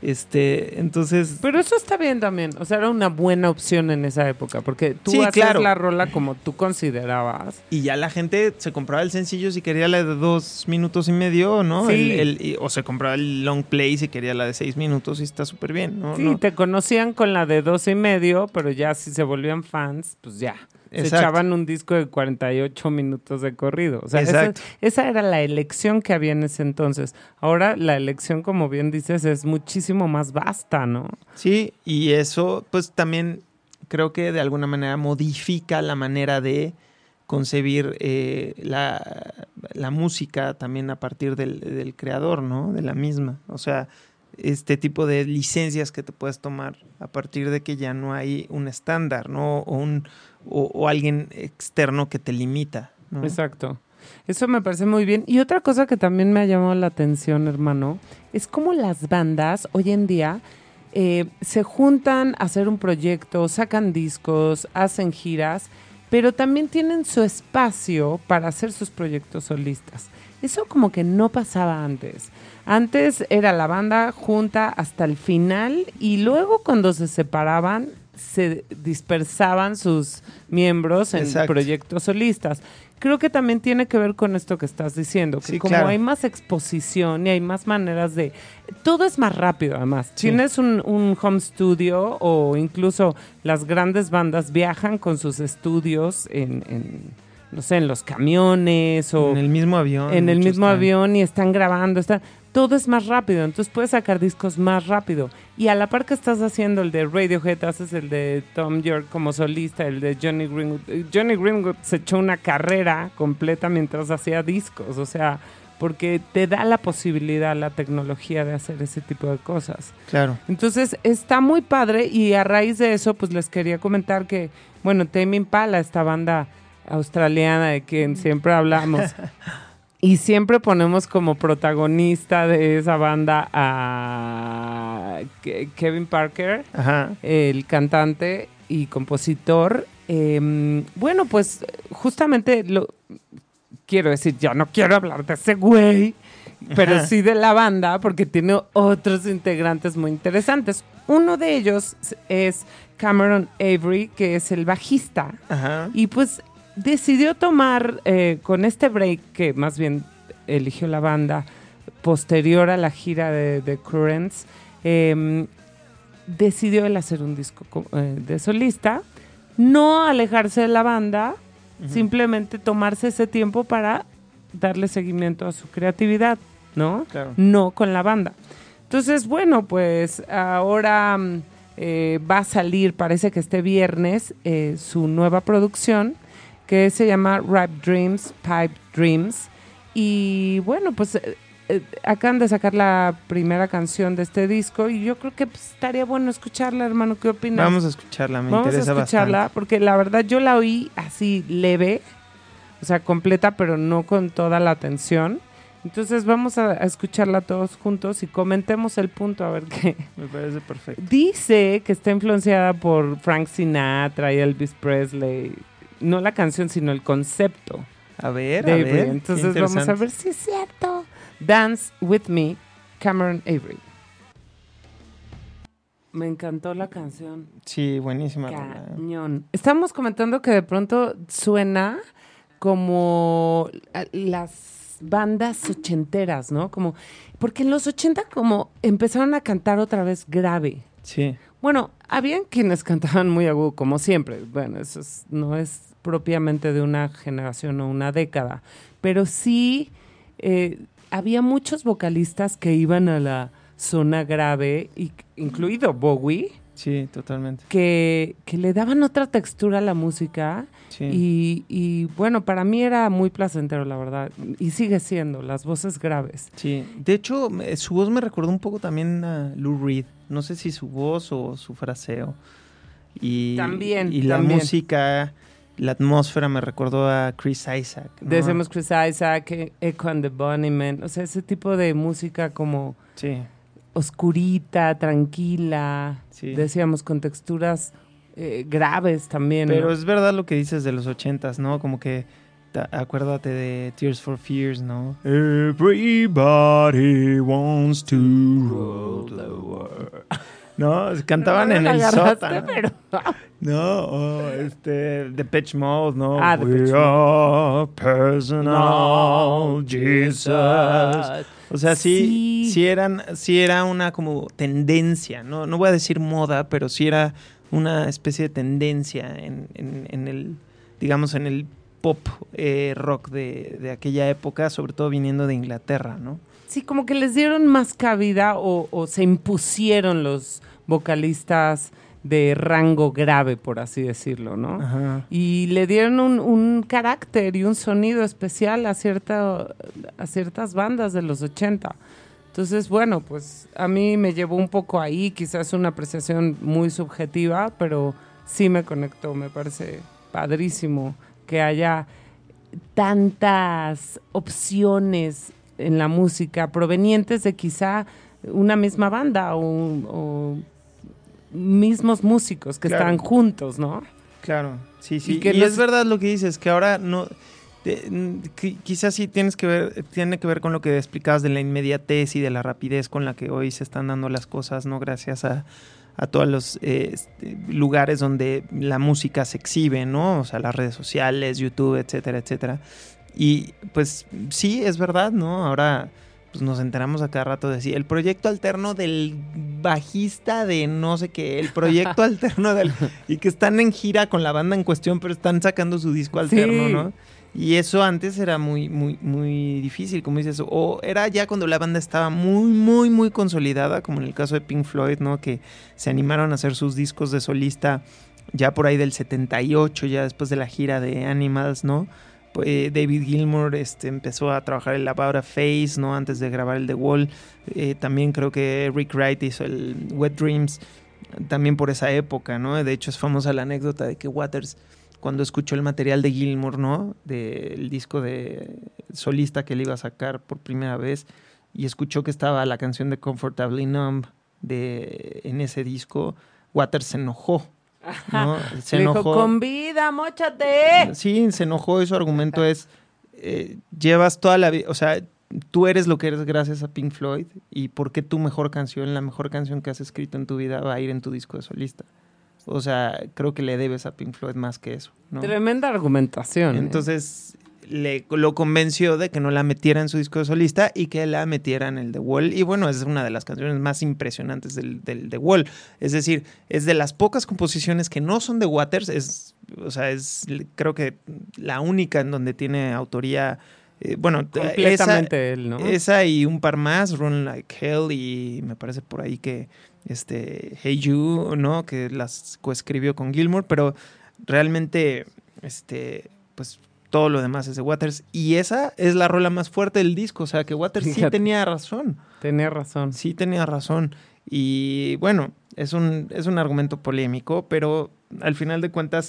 Este, entonces... Pero eso está bien también, o sea, era una buena opción en esa época, porque tú sí, haces claro. la rola como tú considerabas. Y ya la gente se compraba el sencillo si quería la de dos minutos y medio, ¿no? Sí. El, el, o se compraba el long play si quería la de seis minutos y está súper bien, ¿no? Sí, no. te conocían con la de dos y medio, pero ya si se volvían fans, pues ya. Exacto. Se echaban un disco de cuarenta y ocho minutos de corrido. O sea, esa, esa era la elección que había en ese entonces. Ahora la elección, como bien dices, es muchísimo más vasta, ¿no? Sí, y eso pues también creo que de alguna manera modifica la manera de concebir eh, la, la música también a partir del, del creador, ¿no? De la misma. O sea, este tipo de licencias que te puedes tomar a partir de que ya no hay un estándar, ¿no? O un... O, o alguien externo que te limita, ¿no? Exacto. Eso me parece muy bien. Y otra cosa que también me ha llamado la atención, hermano, es cómo las bandas hoy en día eh, se juntan a hacer un proyecto, sacan discos, hacen giras, pero también tienen su espacio para hacer sus proyectos solistas. Eso como que no pasaba antes. Antes era la banda junta hasta el final y luego cuando se separaban se dispersaban sus miembros en Exacto. proyectos solistas. Creo que también tiene que ver con esto que estás diciendo, que sí, como claro. hay más exposición y hay más maneras de... Todo es más rápido, además. Sí. Tienes un, un home studio o incluso las grandes bandas viajan con sus estudios en... en no sé, en los camiones o... En el mismo avión. En el mismo están. avión y están grabando, están... Todo es más rápido, entonces puedes sacar discos más rápido. Y a la par que estás haciendo el de Radiohead, haces el de Tom York como solista, el de Johnny Greenwood. Johnny Greenwood se echó una carrera completa mientras hacía discos, o sea, porque te da la posibilidad, la tecnología de hacer ese tipo de cosas. Claro. Entonces está muy padre y a raíz de eso, pues les quería comentar que, bueno, Tame Impala, esta banda australiana de quien siempre hablamos... Y siempre ponemos como protagonista de esa banda a Kevin Parker, Ajá. el cantante y compositor. Eh, bueno, pues justamente lo quiero decir, yo no quiero hablar de ese güey, pero Ajá. sí de la banda, porque tiene otros integrantes muy interesantes. Uno de ellos es Cameron Avery, que es el bajista. Ajá. Y pues... decidió tomar, eh, con este break, que más bien eligió la banda, posterior a la gira de, de Currents, eh, decidió él hacer un disco eh, de solista, no alejarse de la banda, uh-huh. simplemente tomarse ese tiempo para darle seguimiento a su creatividad, ¿no? Claro. No con la banda. Entonces, bueno, pues ahora eh, va a salir, parece que este viernes, eh, su nueva producción, que se llama Ripe Dreams, Pipe Dreams. Y bueno, pues eh, eh, acaban de sacar la primera canción de este disco y yo creo que pues, estaría bueno escucharla, hermano. ¿Qué opinas? Vamos a escucharla, me Vamos interesa a escucharla bastante. Porque la verdad yo la oí así leve, o sea, completa, pero no con toda la atención. Entonces vamos a, a escucharla todos juntos y comentemos el punto a ver qué. Me parece perfecto. Dice que está influenciada por Frank Sinatra y Elvis Presley. No la canción, sino el concepto. A ver, de a Avery. ver. Entonces vamos a ver si es cierto. Dance With Me, Cameron Avery. Me encantó la canción. Sí, buenísima. rola. Cañón. Estamos comentando que de pronto suena como las bandas ochenteras, ¿no? Como, porque en los ochenta como empezaron a cantar otra vez grave. Sí. Bueno, habían quienes cantaban muy agudo, como siempre. Bueno, eso es, no es propiamente de una generación o una década, pero sí eh, había muchos vocalistas que iban a la zona grave, y, incluido Bowie. Sí, totalmente. Que, que le daban otra textura a la música. Sí. Y, y bueno, para mí era muy placentero, la verdad. Y sigue siendo, las voces graves. Sí. De hecho, me- su voz me recordó un poco también a Lou Reed. No sé si su voz o su fraseo. Y, También, Y la también. música, la atmósfera me recordó a Chris Isaac, ¿no? Decimos Chris Isaac, E- Echo and the Bunnymen. O sea, ese tipo de música como Sí. oscurita, tranquila. Sí. Decíamos con texturas eh, graves también. Pero ¿no? es verdad lo que dices de los ochentas, ¿no? Como que ta- acuérdate de Tears for Fears, ¿no? Everybody wants to rule the world. No, cantaban No en la el agarraste, sótano. pero... No, oh, este, Depeche Mode, ¿no? Ah, We Depeche are personal Jesus. O sea, sí, Sí. sí eran, sí era una como tendencia, ¿no? No voy a decir moda, pero sí era una especie de tendencia en, en, en el, digamos, en el pop eh, rock de, de aquella época, sobre todo viniendo de Inglaterra, ¿no? Sí, como que les dieron más cabida o, o se impusieron los vocalistas de rango grave, por así decirlo, ¿no? Ajá. Y le dieron un, un carácter y un sonido especial a, cierta, a ciertas bandas de los ochenta. Entonces, bueno, pues a mí me llevó un poco ahí, quizás una apreciación muy subjetiva, pero sí me conectó, me parece padrísimo que haya tantas opciones en la música provenientes de quizá una misma banda o, o mismos músicos que Claro. están juntos, ¿no? Claro, sí, sí. Y Y, que no es se- verdad lo que dices, que ahora no... te- n- qui- quizás sí tienes que ver, tiene que ver con lo que explicabas de la inmediatez y de la rapidez con la que hoy se están dando las cosas, ¿no? Gracias a, a todos los eh, este, lugares donde la música se exhibe, ¿no? O sea, las redes sociales, YouTube, etcétera, etcétera. Y pues sí, es verdad, ¿no? Ahora pues nos enteramos a cada rato de decir, el proyecto alterno del bajista de no sé qué, el proyecto alterno del... Y que están en gira con la banda en cuestión, pero están sacando su disco alterno, Sí. ¿no? Y eso antes era muy, muy, muy difícil, como dices, o era ya cuando la banda estaba muy, muy, muy consolidada, como en el caso de Pink Floyd, ¿no? Que se animaron a hacer sus discos de solista ya por ahí del setenta y ocho, ya después de la gira de Animals, ¿no? Eh, David Gilmour este, empezó a trabajar el About a Face, ¿no? Antes de grabar el The Wall. Eh, también creo que Rick Wright hizo el Wet Dreams también por esa época, ¿no? De hecho es famosa la anécdota de que Waters, cuando escuchó el material de Gilmour, ¿no? Del disco de solista que él iba a sacar por primera vez, y escuchó que estaba la canción de Comfortably Numb de, en ese disco, Waters se enojó, ¿no? Se Le dijo, enojó. con vida, móchate. Sí, se enojó y su argumento es, eh, llevas toda la vida, o sea, tú eres lo que eres gracias a Pink Floyd, y ¿por qué tu mejor canción, la mejor canción que has escrito en tu vida va a ir en tu disco de solista? O sea, creo que le debes a Pink Floyd más que eso, ¿no? Tremenda argumentación. ¿eh? Entonces le, lo convenció de que no la metiera en su disco de solista y que la metiera en el The Wall. Y bueno, es una de las canciones más impresionantes del, del The Wall. Es decir, es de las pocas composiciones que no son de Waters. Es, o sea, es creo que la única en donde tiene autoría. Eh, bueno, completamente esa, él, ¿no? Esa y un par más, Run Like Hell, y me parece por ahí que este Hey You, ¿no? Que las coescribió con Gilmour, pero realmente este pues todo lo demás es de Waters, y esa es la rola más fuerte del disco, o sea que Waters sí Fíjate. tenía razón. Tenía razón. Sí tenía razón. Y bueno, es un, es un argumento polémico, pero al final de cuentas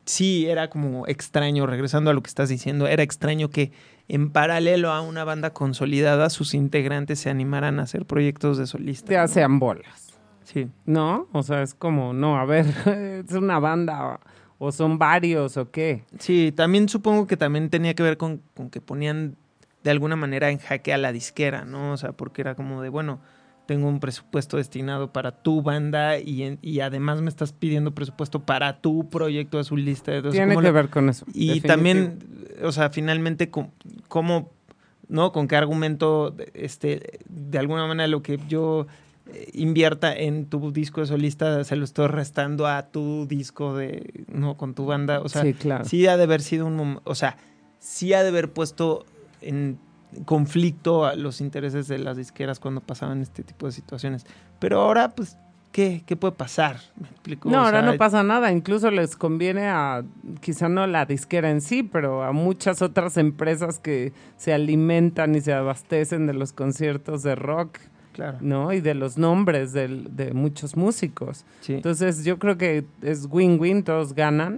sí era como extraño, regresando a lo que estás diciendo, era extraño que en paralelo a una banda consolidada sus integrantes se animaran a hacer proyectos de solista. Te hacen bolas. Sí. ¿No? O sea, es como, no, a ver, es una banda o, o son varios o qué. Sí, también supongo que también tenía que ver con, con que ponían de alguna manera en jaque a la disquera, ¿no? O sea, porque era como de, bueno, tengo un presupuesto destinado para tu banda y, en, y además me estás pidiendo presupuesto para tu proyecto azulista. Entonces, tiene que le, ver con eso. Y definitivo. También, o sea, finalmente, ¿cómo, no? ¿Con qué argumento, este, de alguna manera lo que yo invierta en tu disco de solista se lo estoy restando a tu disco de, no, con tu banda? O sea, sí, claro. sí ha de haber sido un, o sea, sí ha de haber puesto en conflicto a los intereses de las disqueras cuando pasaban este tipo de situaciones. Pero ahora, pues, ¿qué, qué puede pasar? ¿Me explico? No, o ahora sea, no pasa nada. Incluso les conviene a, quizá no la disquera en sí, pero a muchas otras empresas que se alimentan y se abastecen de los conciertos de rock. Claro. ¿No? Y de los nombres de, de muchos músicos. Sí. Entonces, yo creo que es win-win, todos ganan.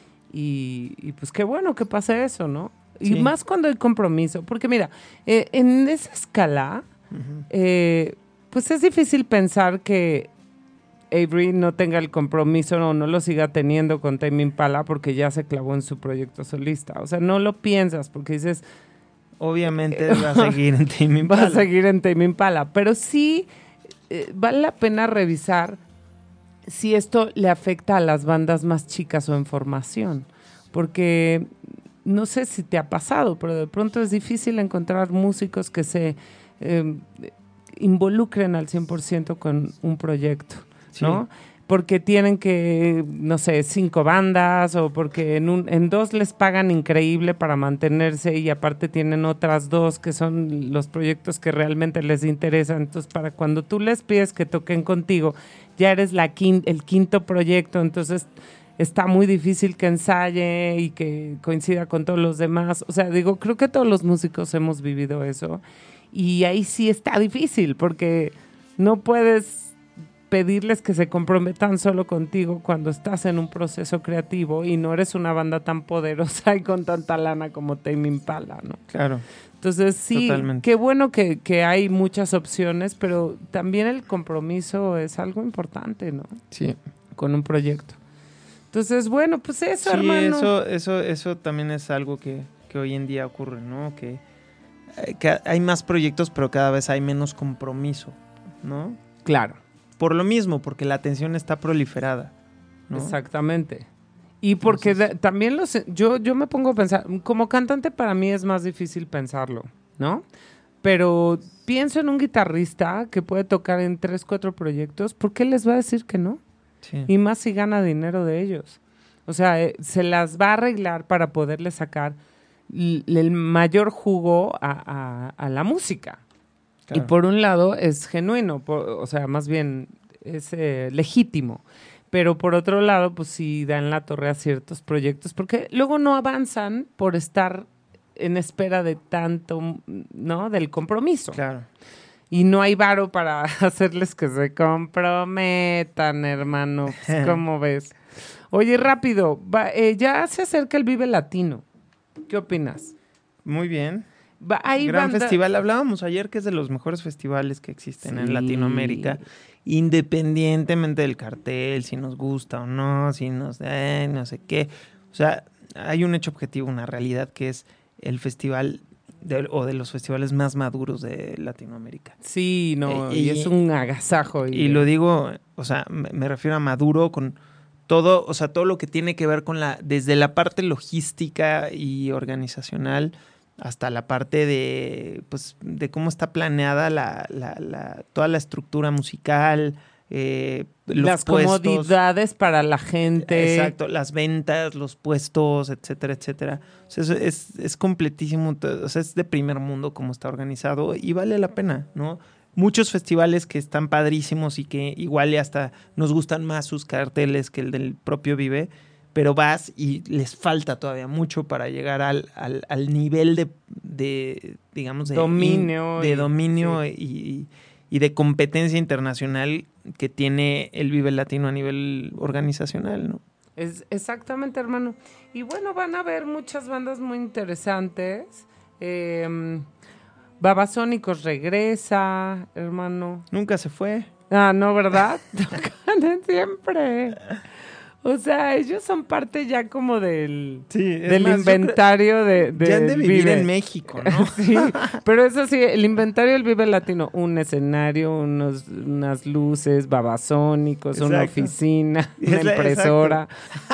Y, y pues qué bueno que pase eso, ¿no? Y sí. más cuando hay compromiso. Porque mira, eh, en esa escala, uh-huh. eh, pues es difícil pensar que Avery no tenga el compromiso o no lo siga teniendo con Tame Impala porque ya se clavó en su proyecto solista. O sea, no lo piensas porque dices... Obviamente va a seguir en Tame Impala. Va a seguir en Tame Impala. Pero sí eh, vale la pena revisar si esto le afecta a las bandas más chicas o en formación. Porque... no sé si te ha pasado, pero de pronto es difícil encontrar músicos que se eh, involucren al cien por ciento con un proyecto, ¿no? Sí. Porque tienen que, no sé, cinco bandas o porque en, un, en dos les pagan increíble para mantenerse y aparte tienen otras dos que son los proyectos que realmente les interesan. Entonces, para cuando tú les pides que toquen contigo, ya eres la quin- el quinto proyecto, entonces... está muy difícil que ensaye y que coincida con todos los demás. O sea, digo, creo que todos los músicos hemos vivido eso. Y ahí sí está difícil, porque no puedes pedirles que se comprometan solo contigo cuando estás en un proceso creativo y no eres una banda tan poderosa y con tanta lana como Tame Impala, ¿no? Claro. Entonces, sí, totalmente. Qué bueno que, que hay muchas opciones, pero también el compromiso es algo importante, ¿no? Sí. Con un proyecto. Entonces, bueno, pues eso, sí, hermano. eso, eso, eso también es algo que, que hoy en día ocurre, ¿no? Que, que hay más proyectos, pero cada vez hay menos compromiso, ¿no? Claro. Por lo mismo, porque la atención está proliferada, ¿no? Exactamente. Y porque Entonces, de, también los, yo, yo me pongo a pensar, como cantante para mí es más difícil pensarlo, ¿no? Pero pienso en un guitarrista que puede tocar en tres, cuatro proyectos, ¿por qué les va a decir que no? Sí. Y más si gana dinero de ellos. O sea, eh, se las va a arreglar para poderle sacar l- el mayor jugo a, a, a la música. Claro. Y por un lado es genuino, por, o sea, más bien es eh, legítimo. Pero por otro lado, pues sí dan la torre a ciertos proyectos, porque luego no avanzan por estar en espera de tanto, ¿no? Del compromiso. Claro. Y no hay varo para hacerles que se comprometan, hermano. Pues, ¿cómo ves? Oye, rápido, va, eh, ya se acerca el Vive Latino. ¿Qué opinas? Muy bien. Va, hay Gran banda... festival. Hablábamos ayer que es de los mejores festivales que existen sí. en Latinoamérica. Independientemente del cartel, si nos gusta o no, si nos... Eh, no sé qué. O sea, hay un hecho objetivo, una realidad que es el festival... De, o de los festivales más maduros de Latinoamérica. Sí, no, eh, y, y es un agasajo. Y, y lo digo, o sea, me, me refiero a maduro con todo, o sea, todo lo que tiene que ver con la, desde la parte logística y organizacional hasta la parte de, pues, de cómo está planeada la, la, la, toda la estructura musical, eh, los las puestos, comodidades para la gente. Exacto, las ventas, los puestos, etcétera, etcétera. O sea, es, es, es completísimo, o sea, es de primer mundo como está organizado y vale la pena, ¿no? Muchos festivales que están padrísimos y que igual y hasta nos gustan más sus carteles que el del propio Vive, pero vas y les falta todavía mucho para llegar al, al, al nivel de, de, digamos, de dominio, in, de y, dominio sí. y, y de competencia internacional que tiene el Vive Latino a nivel organizacional, ¿no? Es exactamente, hermano. Y bueno, van a haber muchas bandas muy interesantes. Eh, Babasónicos regresa, hermano. Nunca se fue. Ah, no, ¿verdad? Tocan siempre. O sea, ellos son parte ya como del, Sí, es del más, inventario de, de ya han de vivir Vive. en México, ¿no? Sí, pero eso sí, el inventario del Vive Latino, un escenario, unos, unas luces, babasónicos, una Exacto. oficina, una Es la- impresora.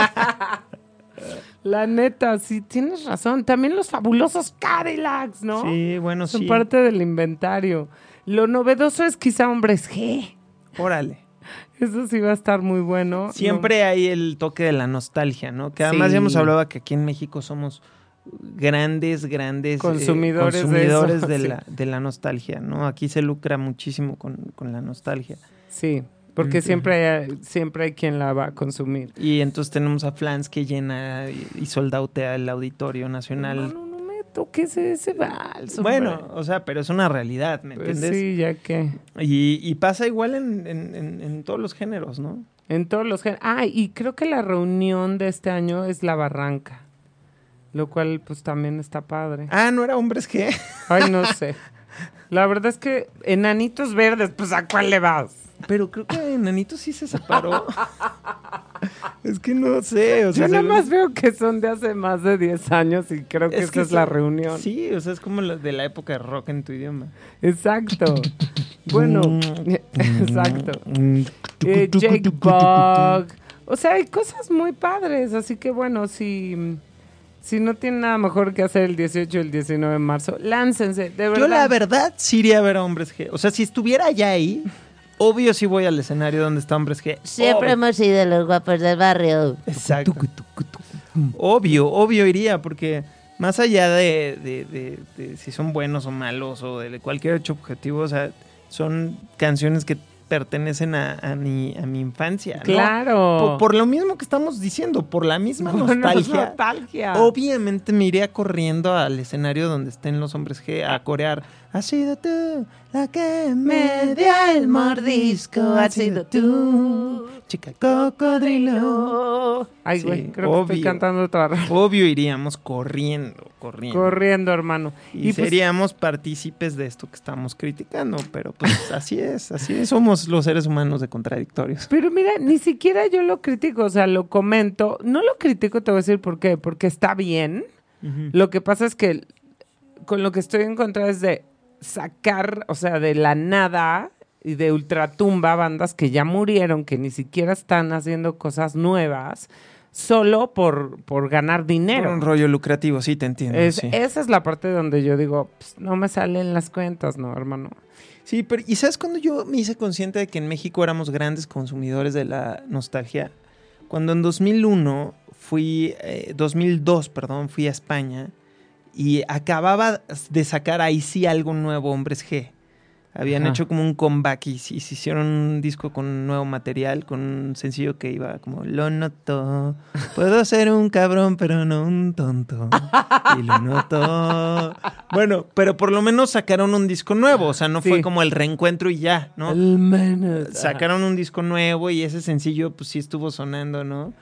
La neta, sí, tienes razón. También los fabulosos Cadillacs, ¿no? Sí, bueno, Son sí. parte del inventario. Lo novedoso es quizá Hombres G. Órale. Eso sí va a estar muy bueno. Siempre No. hay el toque de la nostalgia, ¿no? Que además Sí. ya hemos hablado que aquí en México somos grandes, grandes eh, Consumidores de consumidores eso, de, sí. la, de la nostalgia, ¿no? Aquí se lucra muchísimo con, con la nostalgia. Sí, porque Entonces- siempre hay, siempre hay quien la va a consumir. Y entonces tenemos a Flans que llena y, y soldautea el Auditorio Nacional. Hermano, no me toques ese vals, hombre. Bueno, o sea, pero es una realidad, ¿me Pues entiendes? sí, ya que Y, y pasa igual en, en- en- en todos los géneros, ¿no? en todos los géneros. Ah, y creo que la reunión de este año es La Barranca, lo cual pues también está padre. Ah, ¿no era Hombres G? Ay, no sé. La verdad es que Enanitos Verdes, pues ¿a cuál le vas? Pero creo que Nanito sí se separó. Es que no sé, o sea... Yo nada se- más veo que son de hace más de diez años y creo que Es esa que es la son- reunión. Sí, o sea, es como la- de la época de rock en tu idioma. Exacto. Bueno, Mm. exacto. Eh, Jake Bug. O sea, hay cosas muy padres. Así que bueno, si, si no tienen nada mejor que hacer el dieciocho y el diecinueve de marzo, láncense, de verdad. Yo la verdad sí iría a ver a Hombres G. O sea, si estuviera ya ahí, obvio sí voy al escenario donde está Hombres G. Siempre Obvio. hemos sido los guapos del barrio. Exacto. Obvio, obvio iría, porque más allá de, de- de- de si son buenos o malos o de cualquier hecho objetivo, o sea, son canciones que pertenecen a, a mi, a mi infancia, ¿no? Claro. Por, por lo mismo que estamos diciendo, por la misma Bueno, nostalgia. nostalgia. Obviamente me iría corriendo al escenario donde estén los Hombres G a corear. Has sido tú la que me dio el mordisco. Has sido tú, chica cocodrilo. Ay, Sí, güey, creo que estoy obvio. cantando otra vez. Obvio iríamos corriendo, corriendo. Corriendo, hermano. y pues, seríamos partícipes de esto que estamos criticando. Pero pues así es, así es. Somos los seres humanos de contradictorios. pero mira, ni siquiera yo lo critico, o sea, lo comento. No lo critico, te voy a decir por qué. Porque está bien. Lo que pasa es que con lo que estoy en contra es de sacar, o sea, de la nada y de ultratumba bandas que ya murieron, que ni siquiera están haciendo cosas nuevas, solo por, por ganar dinero. Por un rollo lucrativo, sí, te entiendo. Es- sí. Esa es la parte donde yo digo, pues, no me salen las cuentas, ¿no, hermano? Sí, pero ¿y sabes cuando yo me hice consciente de que en México éramos grandes consumidores de la nostalgia? Cuando en dos mil uno fui, eh, dos mil dos, perdón, fui a España y acababa de sacar ahí sí algo nuevo, Hombres G. Habían Ajá. hecho como un comeback y, y se hicieron un disco con nuevo material, con un sencillo que iba como, lo noto, puedo ser un cabrón pero no un tonto, y lo noto. Bueno, pero por lo menos sacaron un disco nuevo, o sea, no Sí. fue como el reencuentro y ya, ¿no? El menos. Sacaron un disco nuevo y ese sencillo pues sí estuvo sonando, ¿no?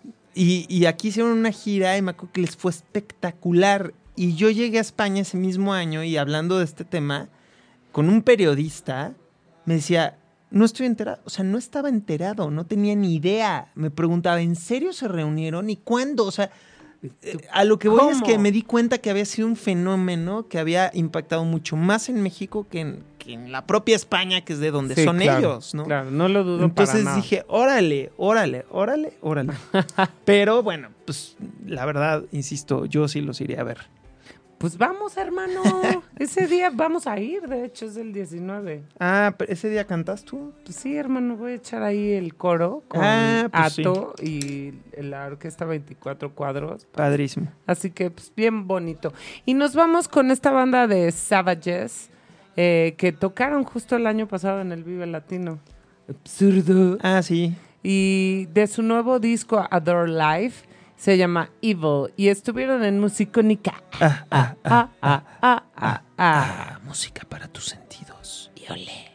Y, y aquí hicieron una gira y me acuerdo que les fue espectacular. Y yo llegué a España ese mismo año y hablando de este tema con un periodista, me decía, no estoy enterado, o sea, no estaba enterado, no tenía ni idea. Me preguntaba, ¿en serio se reunieron? ¿Y cuándo? O sea, eh, a lo que voy es ¿Cómo? que me di cuenta que había sido un fenómeno que había impactado mucho más en México que en, que en la propia España, que es de donde Sí, son claro, ellos, ¿no? Claro, no lo dudo Entonces para nada. dije, órale, órale, órale, órale. Pero bueno, pues la verdad, insisto, yo sí los iría a ver. Pues vamos, hermano. Ese día vamos a ir, de hecho, es el diecinueve. Ah, pero ese día cantas tú. Pues sí, hermano, voy a echar ahí el coro con Ah, pues Ato y la orquesta veinticuatro cuadros. Padrísimo. Así que, pues, bien bonito. Y nos vamos con esta banda de Savages eh, que tocaron justo el año pasado en el Vive Latino. Absurdo. Ah, sí. Y de su nuevo disco, Adore Life, se llama Evil. Y estuvieron en Musicónica. Ah, ah, Ah, ah, ah, ah, ah. ah, música para tus sentidos. Y olé.